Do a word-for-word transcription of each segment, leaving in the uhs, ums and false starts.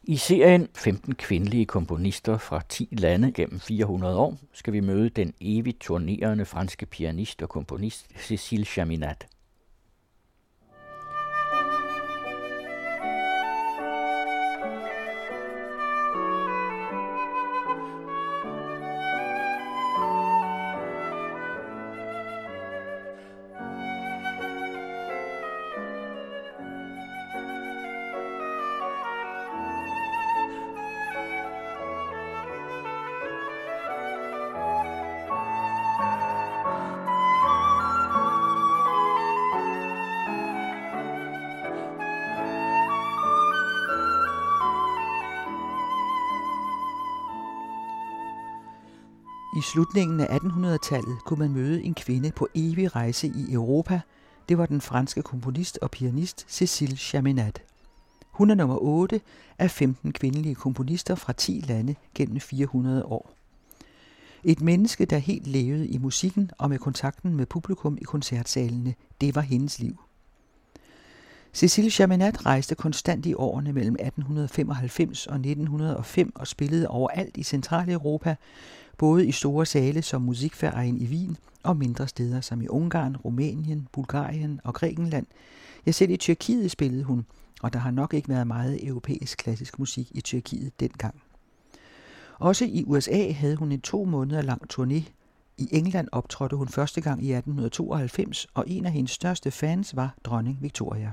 I serien femten kvindelige komponister fra ti lande gennem fire hundrede år skal vi møde den evigt turnerende franske pianist og komponist Cécile Chaminade. I slutningen af attenhundredetallet kunne man møde en kvinde på evig rejse i Europa. Det var den franske komponist og pianist Cécile Chaminade. Hun er nummer otte af femten kvindelige komponister fra ti lande gennem fire hundrede år. Et menneske, der helt levede i musikken og med kontakten med publikum i koncertsalene, det var hendes liv. Cécile Chaminade rejste konstant i årene mellem atten femoghalvfems og nitten hundrede og fem og spillede overalt i Centraleuropa, både i store sale som Musikverein i Wien og mindre steder som i Ungarn, Rumænien, Bulgarien og Grækenland. Ja, selv i Tyrkiet spillede hun, og der har nok ikke været meget europæisk klassisk musik i Tyrkiet dengang. Også i U S A havde hun en to måneder lang turné. I England optrådte hun første gang i atten tooghalvfems, og en af hendes største fans var dronning Victoria.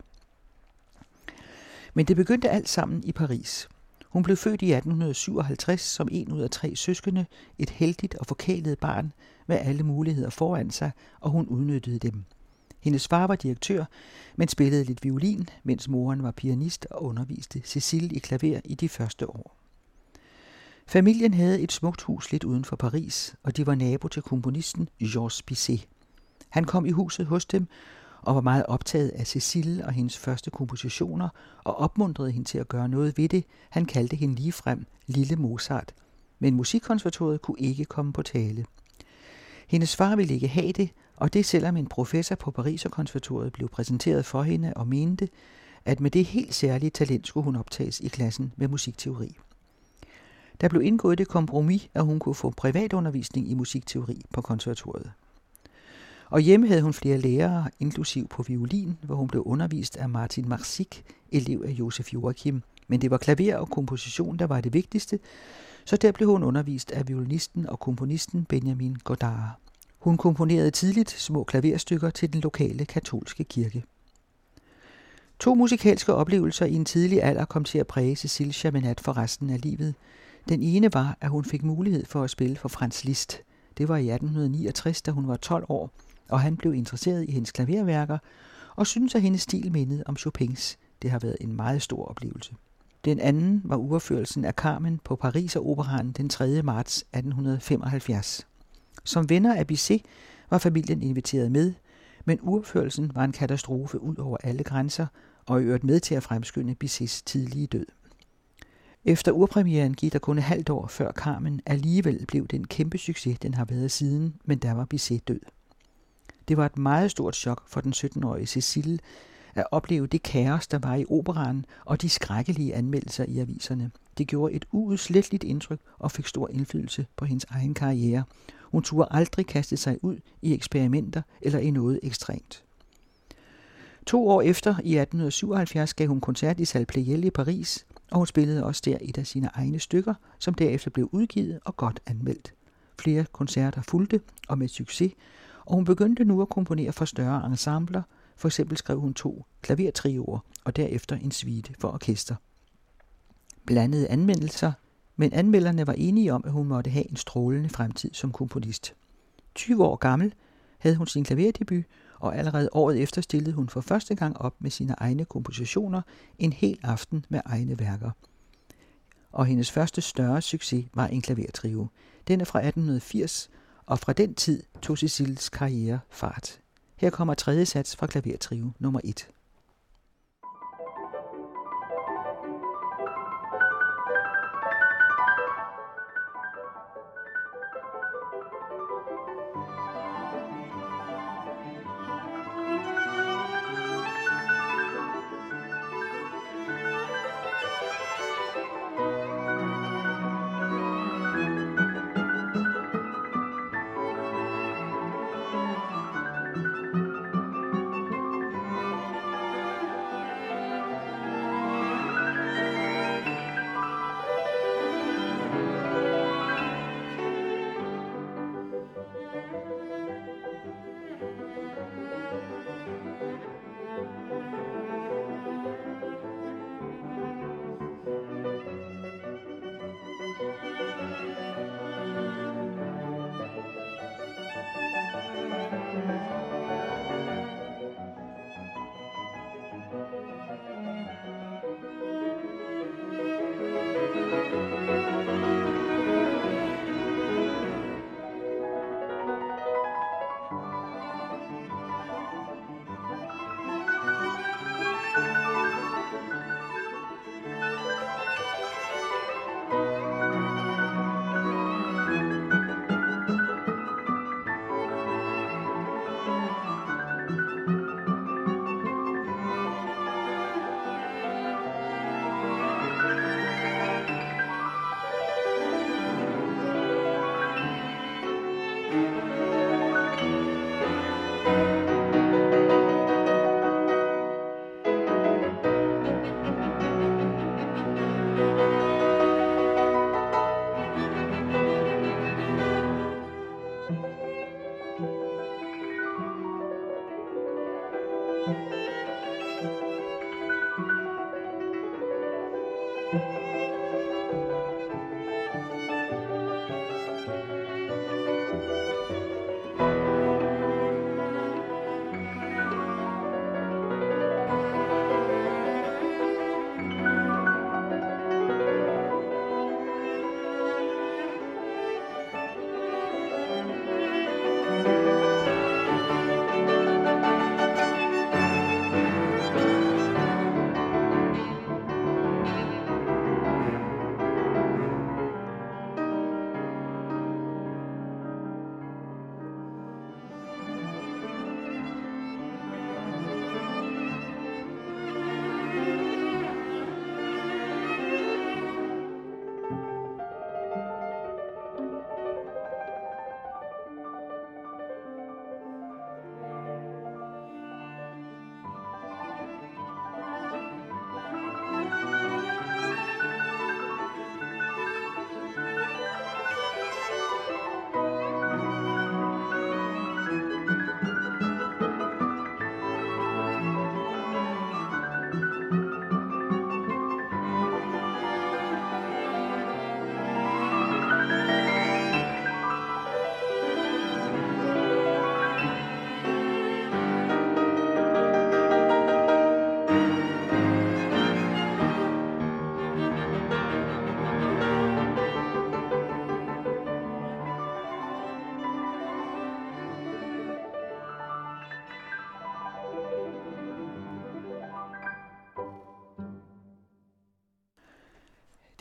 Men det begyndte alt sammen i Paris. Hun blev født i atten syvoghalvtreds som en ud af tre søskende, et heldigt og forkælet barn med alle muligheder foran sig, og hun udnyttede dem. Hendes far var direktør, men spillede lidt violin, mens moren var pianist og underviste Cécile i klaver i de første år. Familien havde et smukt hus lidt uden for Paris, og de var nabo til komponisten Georges Bizet. Han kom i huset hos dem og var meget optaget af Cécile og hendes første kompositioner og opmuntrede hende til at gøre noget ved det. Han kaldte hende ligefrem Lille Mozart, men musikkonservatoriet kunne ikke komme på tale. Hendes far ville ikke have det, og det selvom en professor på Pariserkonservatoriet blev præsenteret for hende og mente, at med det helt særlige talent skulle hun optages i klassen med musikteori. Der blev indgået det kompromis, at hun kunne få privatundervisning i musikteori på konservatoriet. Og hjemme havde hun flere lærere, inklusiv på violin, hvor hun blev undervist af Martin Marsic, elev af Josef Joachim. Men det var klaver og komposition, der var det vigtigste, så der blev hun undervist af violinisten og komponisten Benjamin Godard. Hun komponerede tidligt små klaverstykker til den lokale katolske kirke. To musikalske oplevelser i en tidlig alder kom til at præge Cécile Chaminade for resten af livet. Den ene var, at hun fik mulighed for at spille for Franz Liszt. Det var i atten niogtres, da hun var tolv år, og han blev interesseret i hendes klaverværker og syntes, at hendes stil mindede om Chopins. Det har været en meget stor oplevelse. Den anden var uropførelsen af Carmen på Pariseroperaen den tredje marts atten femoghalvfjerds. Som venner af Bizet var familien inviteret med, men uropførelsen var en katastrofe ud over alle grænser og i øvrigt med til at fremskynde Bizets tidlige død. Efter urpremieren gik der kun et halvt år før Carmen alligevel blev den kæmpe succes, den har været siden, men der var Bizet død. Det var et meget stort chok for den sytten-årige Cécile at opleve det kaos, der var i operaen og de skrækkelige anmeldelser i aviserne. Det gjorde et uudsletteligt indtryk og fik stor indflydelse på hendes egen karriere. Hun turde aldrig kaste sig ud i eksperimenter eller i noget ekstremt. To år efter, i atten syvoghalvfjerds, gav hun koncert i Salle Pleyel i Paris, og hun spillede også der et af sine egne stykker, som derefter blev udgivet og godt anmeldt. Flere koncerter fulgte, og med succes, og hun begyndte nu at komponere for større ensembler. For eksempel skrev hun to klavertrioer, og derefter en suite for orkester. Blandede anmeldelser, men anmelderne var enige om, at hun måtte have en strålende fremtid som komponist. tyve år gammel havde hun sin klaverdebut, og allerede året efter stillede hun for første gang op med sine egne kompositioner en hel aften med egne værker. Og hendes første større succes var en klavertrio. Den er fra atten firs, og fra den tid tog Céciles karriere fart. Her kommer tredje sats fra klavertrio nummer et.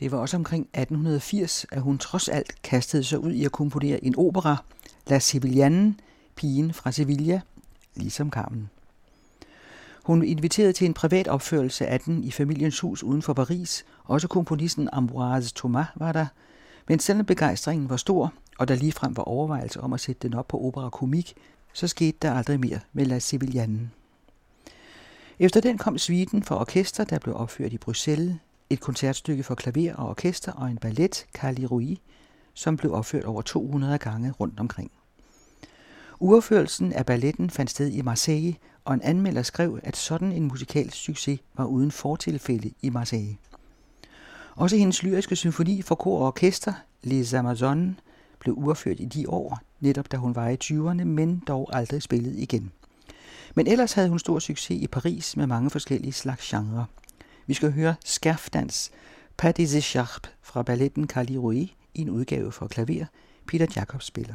Det var også omkring atten firs, at hun trods alt kastede sig ud i at komponere en opera, La Sevillanen, pigen fra Sevilla, ligesom Carmen. Hun inviterede til en privat opførelse af den i familiens hus uden for Paris. Også komponisten Ambroise Thomas var der. Men selvom begejstringen var stor, og der ligefrem var overvejelse om at sætte den op på Opéra Comique, så skete der aldrig mere med La Sevillanen. Efter den kom suiten for orkester, der blev opført i Bruxelles, et koncertstykke for klaver og orkester og en ballet, Carly Rouy, som blev opført over to hundrede gange rundt omkring. Uopførelsen af balletten fandt sted i Marseille, og en anmelder skrev, at sådan en musikalsk succes var uden fortilfælde i Marseille. Også hendes lyriske symfoni for kor og orkester, Les Amazones, blev uopført i de år, netop da hun var i tyverne, men dog aldrig spillet igen. Men ellers havde hun stor succes i Paris med mange forskellige slags genrer. Vi skal høre skærfdans, Pas des écharpes fra balletten Carly Rouy i en udgave for klaver, Peter Jacobs spiller.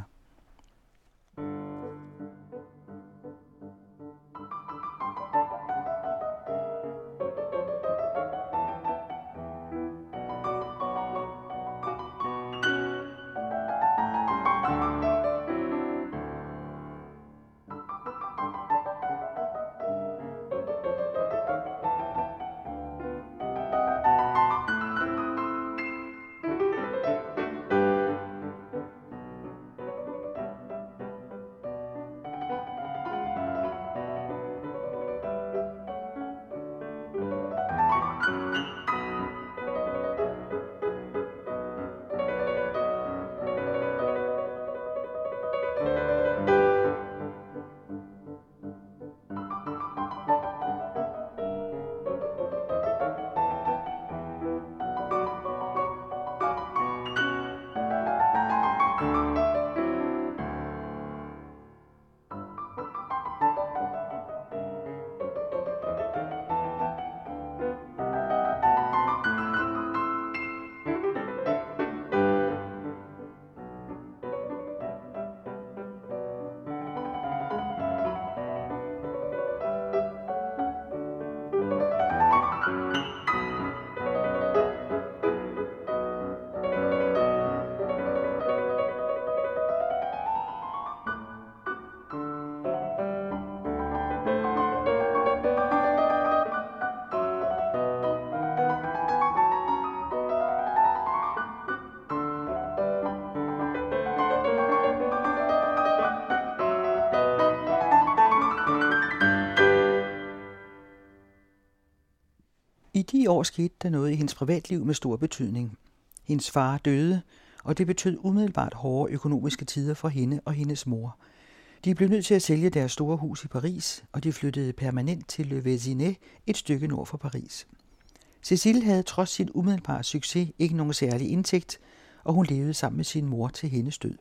I de år skete der noget i hendes privatliv med stor betydning. Hendes far døde, og det betød umiddelbart hårde økonomiske tider for hende og hendes mor. De blev nødt til at sælge deres store hus i Paris, og de flyttede permanent til Le Vésinet, et stykke nord for Paris. Cécile havde trods sin umiddelbare succes ikke nogen særlig indtægt, og hun levede sammen med sin mor til hendes død.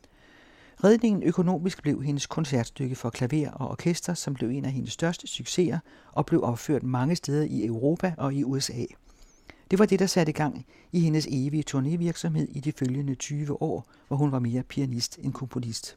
Redningen økonomisk blev hendes koncertstykke for klaver og orkester, som blev en af hendes største succeser og blev opført mange steder i Europa og i U S A. Det var det, der satte gang i hendes evige turnévirksomhed i de følgende tyve år, hvor hun var mere pianist end komponist.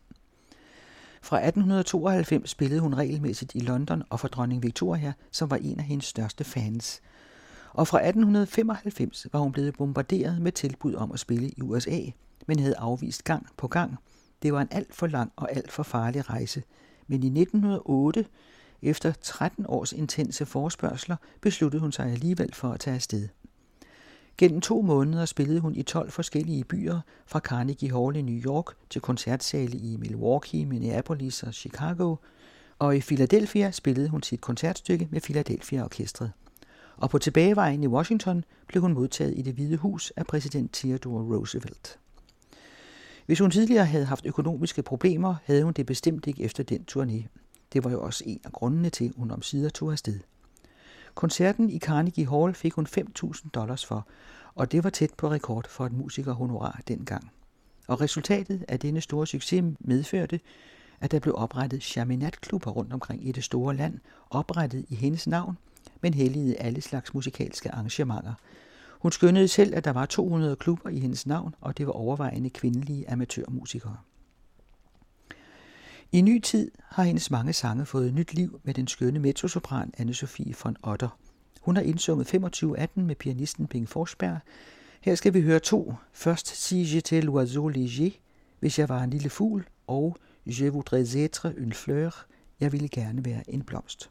Fra atten tooghalvfems spillede hun regelmæssigt i London og for dronning Victoria, som var en af hendes største fans. Og fra atten femoghalvfems var hun blevet bombarderet med tilbud om at spille i U S A, men havde afvist gang på gang. Det var en alt for lang og alt for farlig rejse, men i nitten hundrede og otte, efter tretten års intense forespørgsler, besluttede hun sig alligevel for at tage afsted. Gennem to måneder spillede hun i tolv forskellige byer, fra Carnegie Hall i New York til koncertsale i Milwaukee, Minneapolis og Chicago, og i Philadelphia spillede hun sit koncertstykke med Philadelphia Orkestret. Og på tilbagevejen i Washington blev hun modtaget i Det Hvide Hus af præsident Theodore Roosevelt. Hvis hun tidligere havde haft økonomiske problemer, havde hun det bestemt ikke efter den turné. Det var jo også en af grundene til, at hun omsider tog afsted. Koncerten i Carnegie Hall fik hun fem tusind dollars for, og det var tæt på rekord for et musikerhonorar dengang. Og resultatet af denne store succes medførte, at der blev oprettet Chaminade-klubber rundt omkring i det store land, oprettet i hendes navn, men helligede alle slags musikalske arrangementer. Hun skønnede selv, at der var to hundrede klubber i hendes navn, og det var overvejende kvindelige amatørmusikere. I ny tid har hendes mange sange fået nyt liv med den skønne mezzosopran Anne-Sophie von Otter. Hun har indsunget femogtyve af dem med pianisten Bing Forsberg. Her skal vi høre to. Først Si j'étais l'oiseau léger, hvis jeg var en lille fugl, og Je voudrais être une fleur, jeg ville gerne være en blomst.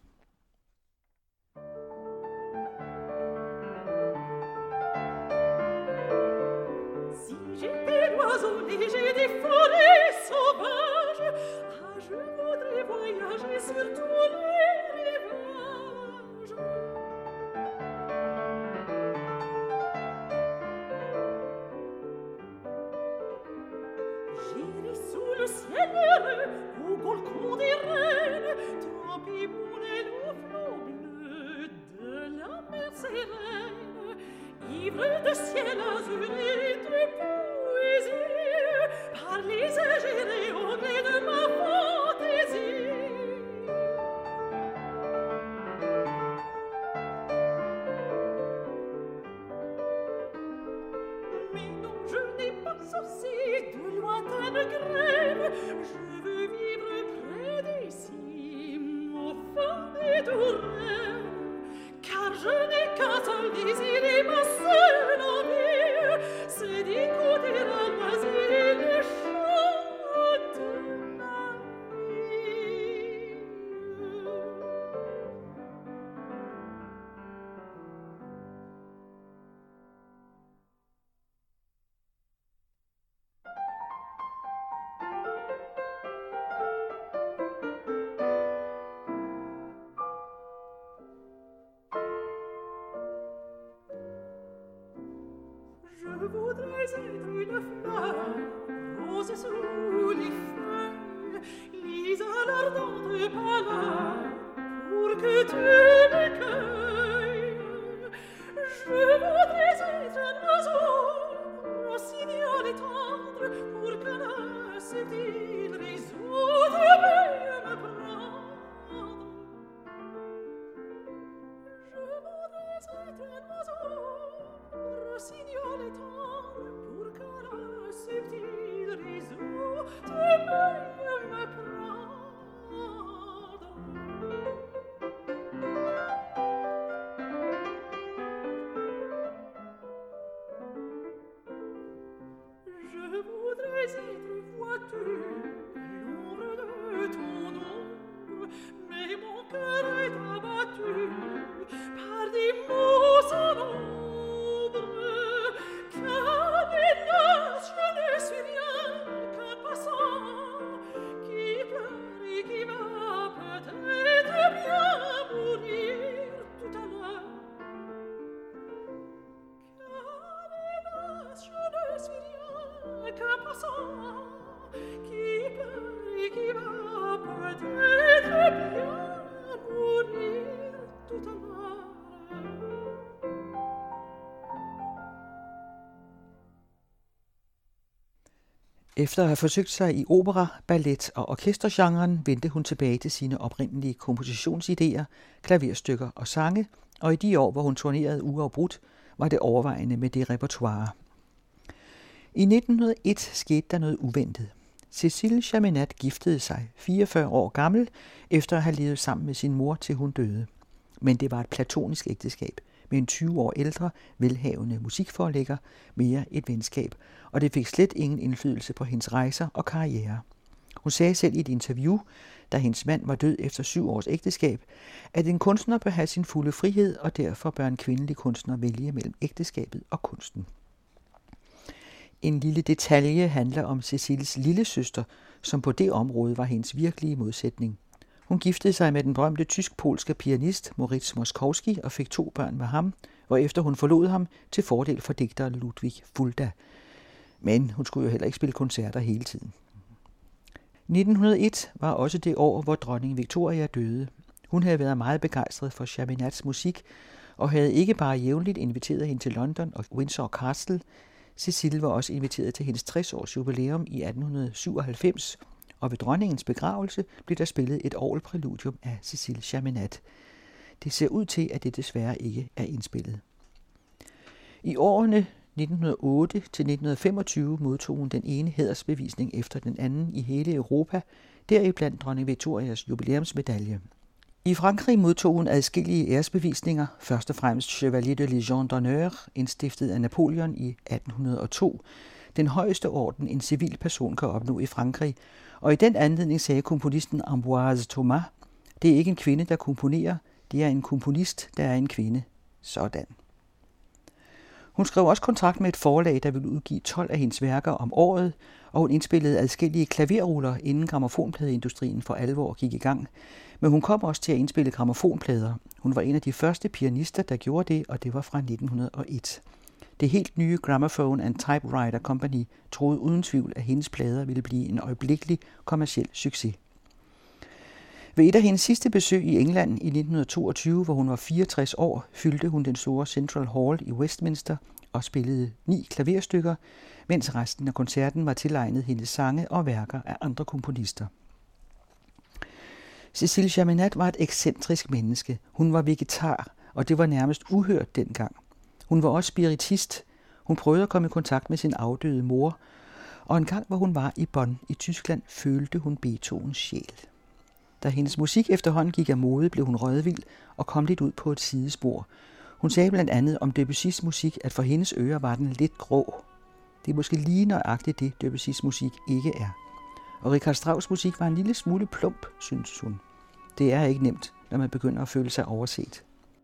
Si j'étais l'oiseau léger des forêts sauvages, ah, je voudrais voyager sur tous les rivages. J'irai sous le ciel heureux, au balcon des reines, tremper mon aile au flot bleu de la mer sereine, ivre de ciel azur et de poésie, par les ingérés au gré de ma fantaisie. Mais non, je n'ai pas aussi de lointaines grèves, je veux vivre près des cimes, au fond des doux rêves, car je n'ai qu'un seul désir et ma seule envie, c'est d'écouter à loisir les chants de ma vie. Je voudrais être une fleur, rose sous les feuilles, lise à l'ardente pâleur, pour que tu m'accueilles. Je voudrais être un oiseau, rossignol et tendre, pour que le subtil réseau de veuille me prendre. Je voudrais être un oiseau, rossignol et tendre, pour que le subtil réseau de veuille me prendre. Je voudrais être, vois-tu, l'ombre de ton ombre, mais mon cœur est abattu par des mots sans nombre. Car hélas, je ne suis rien qu'un passant qui pleure et qui va peut-être bien mourir tout à l'heure. Car hélas, je ne suis rien qu'un passant qui pleure et qui va peut-être bien mourir tout à l'heure. Efter at have forsøgt sig i opera, ballet og orkestergenren, vendte hun tilbage til sine oprindelige kompositionsidéer, klaverstykker og sange, og i de år, hvor hun turnerede uafbrudt, var det overvejende med det repertoire. I nitten hundrede og en skete der noget uventet. Cécile Chaminade giftede sig fireogfyrre år gammel, efter at have levet sammen med sin mor, til hun døde. Men det var et platonisk ægteskab med en tyve år ældre, velhavende musikforlægger, mere et venskab, og det fik slet ingen indflydelse på hendes rejser og karriere. Hun sagde selv i et interview, da hendes mand var død efter syv års ægteskab, at en kunstner bør have sin fulde frihed, og derfor bør en kvindelig kunstner vælge mellem ægteskabet og kunsten. En lille detalje handler om Céciles lille søster, som på det område var hendes virkelige modsætning. Hun giftede sig med den berømte tysk-polske pianist Moritz Moszkowski og fik to børn med ham, hvorefter hun forlod ham til fordel for digter Ludwig Fulda. Men hun skulle jo heller ikke spille koncerter hele tiden. nitten hundrede og en var også det år, hvor dronning Victoria døde. Hun havde været meget begejstret for Chaminades musik, og havde ikke bare jævnligt inviteret hende til London og Windsor Castle. Cécile var også inviteret til hendes tres års jubilæum i atten syvoghalvfems, og ved dronningens begravelse blev der spillet et orgelpræludium af Cécile Chaminade. Det ser ud til, at det desværre ikke er indspillet. I årene nitten hundrede og otte til nitten femogtyve modtog hun den ene hædersbevisning efter den anden i hele Europa, deriblandt dronning Victorias jubilæumsmedalje. I Frankrig modtog hun adskillige æresbevisninger, først og fremmest Chevalier de Légion d'honneur, indstiftet af Napoleon i atten hundrede og to, den højeste orden en civil person kan opnå i Frankrig, og i den anledning sagde komponisten Ambroise Thomas, det er ikke en kvinde, der komponerer, det er en komponist, der er en kvinde. Sådan. Hun skrev også kontrakt med et forlag, der ville udgive tolv af hendes værker om året, og hun indspillede adskillige klaverruller, inden grammofonpladeindustrien for alvor gik i gang. Men hun kom også til at indspille grammofonplader. Hun var en af de første pianister, der gjorde det, og det var fra nitten hundrede og et. Det helt nye Gramophone and Typewriter Company troede uden tvivl, at hendes plader ville blive en øjeblikkelig kommerciel succes. Ved et af hendes sidste besøg i England i nitten toogtyve, hvor hun var fireogtres år, fyldte hun den store Central Hall i Westminster og spillede ni klaverstykker, mens resten af koncerten var tilegnet hendes sange og værker af andre komponister. Cécile Chaminade var et ekscentrisk menneske. Hun var vegetar, og det var nærmest uhørt dengang. Hun var også spiritist. Hun prøvede at komme i kontakt med sin afdøde mor, og en gang, hvor hun var i Bonn i Tyskland, følte hun Beethovens sjæl. Da hendes musik efterhånden gik af mode, blev hun rødvild og kom lidt ud på et sidespor. Hun sagde blandt andet om Debussys musik, at for hendes ører var den lidt grå. Det er måske lige nøjagtigt det, Debussys musik ikke er. Og Richard Strauss' musik var en lille smule plump, synes hun. Det er ikke nemt, når man begynder at føle sig overset.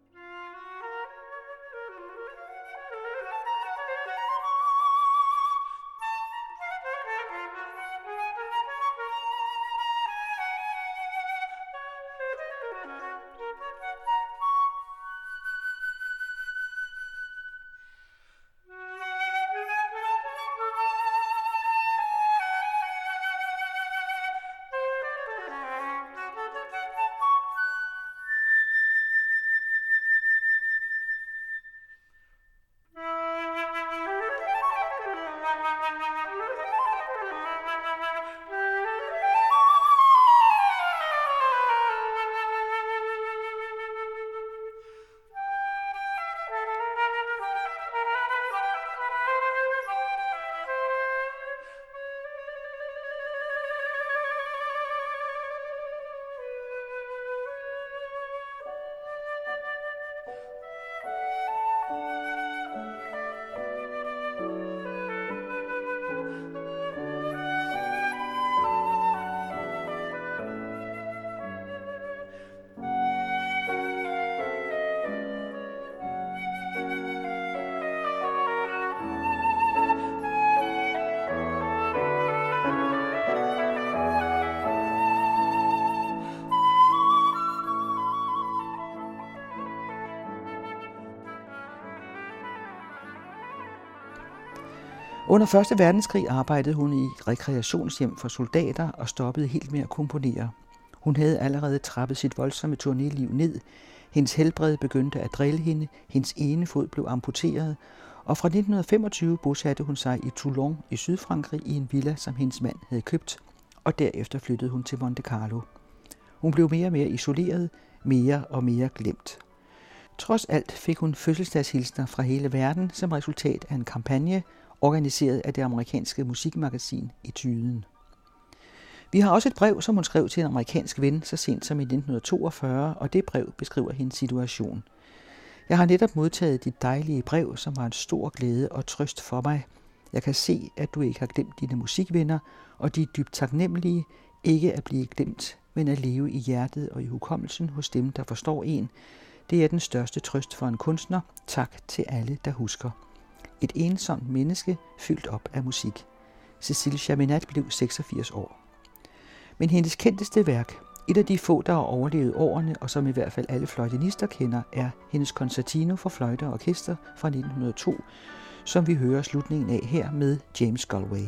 Under første verdenskrig arbejdede hun i et rekreationshjem for soldater og stoppede helt med at komponere. Hun havde allerede trappet sit voldsomme turnéliv ned. Hendes helbred begyndte at drille hende, hendes ene fod blev amputeret, og fra nitten femogtyve bosatte hun sig i Toulon i Sydfrankrig i en villa, som hendes mand havde købt, og derefter flyttede hun til Monte Carlo. Hun blev mere og mere isoleret, mere og mere glemt. Trods alt fik hun fødselsdagshilsner fra hele verden som resultat af en kampagne, organiseret af det amerikanske musikmagasin Etyden. Vi har også et brev, som hun skrev til en amerikansk ven så sent som i nitten toogfyrre, og det brev beskriver hendes situation. Jeg har netop modtaget dit dejlige brev, som var en stor glæde og trøst for mig. Jeg kan se, at du ikke har glemt dine musikvenner, og de er dybt taknemmelige, ikke at blive glemt, men at leve i hjertet og i hukommelsen hos dem, der forstår en. Det er den største trøst for en kunstner. Tak til alle, der husker. Et ensomt menneske fyldt op af musik. Cécile Chaminade blev seksogfirs år. Men hendes kendteste værk, et af de få, der har overlevet årene, og som i hvert fald alle fløjtenister kender, er hendes Concertino for fløjte og orkester fra nitten hundrede og to, som vi hører slutningen af her med James Galway.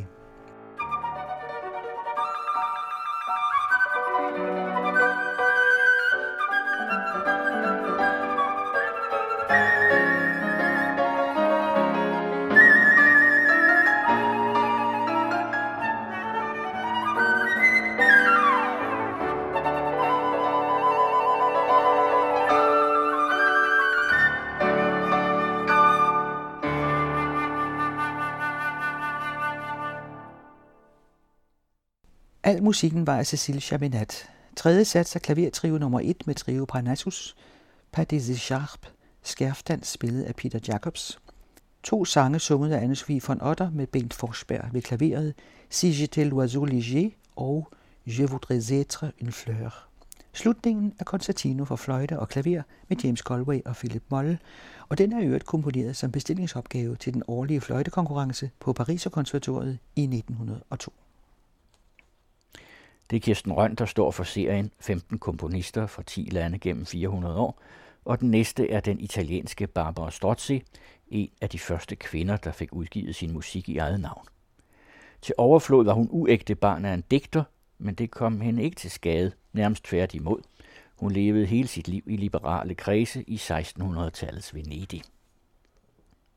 Al musikken var af Cécile Chaminade. Tredje sats af klavertrio nummer et med trio Parnassus, Pas des écharpes, skærfdans spillet af Peter Jacobs. To sange sunget af Anne-Sophie von Otter med Bengt Forsberg ved klaveret, Si j'étais l'oiseau léger og Je voudrais être une fleur. Slutningen er concertino for fløjte og klaver med James Galway og Philip Moll, og den er i øvrigt komponeret som bestillingsopgave til den årlige fløjtekonkurrence på Pariserkonservatoriet i nitten hundrede og to. Det er Kirsten Rønn, der står for serien femten komponister fra ti lande gennem fire hundrede år, og den næste er den italienske Barbara Strozzi, en af de første kvinder, der fik udgivet sin musik i eget navn. Til overflod var hun uægte barn af en digter, men det kom hende ikke til skade, nærmest tværtimod. Hun levede hele sit liv i liberale kredse i sekstenhundrede-tallets Venedig.